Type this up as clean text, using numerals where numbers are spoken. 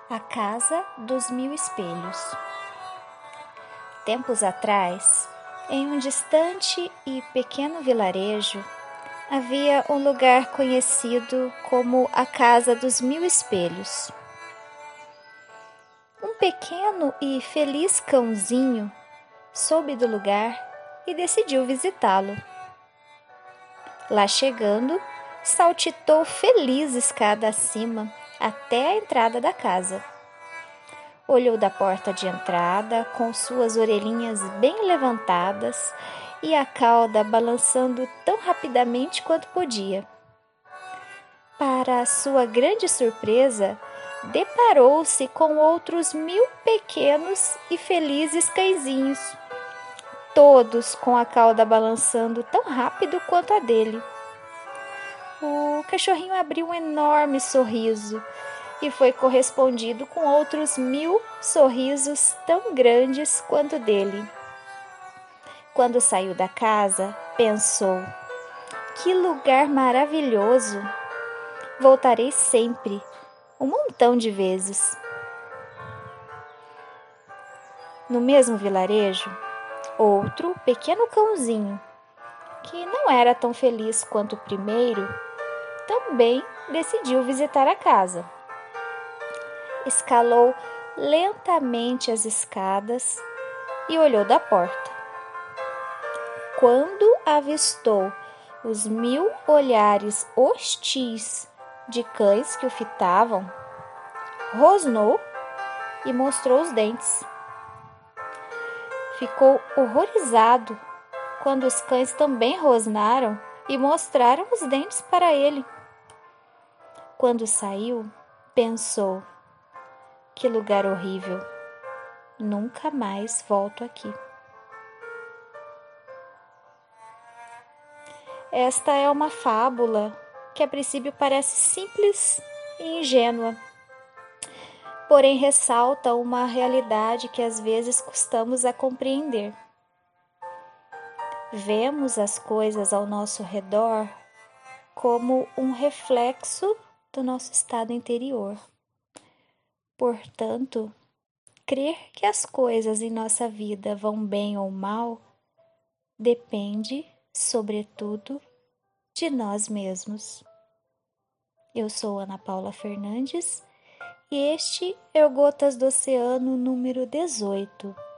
A Casa dos Mil Espelhos. Tempos atrás, em um distante e pequeno vilarejo, havia um lugar conhecido como a Casa dos Mil Espelhos. Um pequeno e feliz cãozinho soube do lugar e decidiu visitá-lo. Lá chegando, saltitou feliz escada acima até a entrada da casa. Olhou da porta de entrada com suas orelhinhas bem levantadas e a cauda balançando tão rapidamente quanto podia. Para sua grande surpresa, deparou-se com outros 1000 pequenos e felizes cãezinhos, todos com a cauda balançando tão rápido quanto a dele. O cachorrinho abriu um enorme sorriso e foi correspondido com outros 1000 sorrisos tão grandes quanto dele. Quando saiu da casa, pensou: que lugar maravilhoso! Voltarei sempre, um montão de vezes. No mesmo vilarejo, outro pequeno cãozinho, que não era tão feliz quanto o primeiro, também decidiu visitar a casa. Escalou lentamente as escadas e olhou da porta. Quando avistou os 1000 olhares hostis de cães que o fitavam, rosnou e mostrou os dentes. Ficou horrorizado quando os cães também rosnaram e mostraram os dentes para ele. Quando saiu, pensou: que lugar horrível! Nunca mais volto aqui. Esta é uma fábula que a princípio parece simples e ingênua, porém ressalta uma realidade que às vezes custamos a compreender. Vemos as coisas ao nosso redor como um reflexo do nosso estado interior. Portanto, crer que as coisas em nossa vida vão bem ou mal depende, sobretudo, de nós mesmos. Eu sou Ana Paula Fernandes e este é o Gotas do Oceano número 18.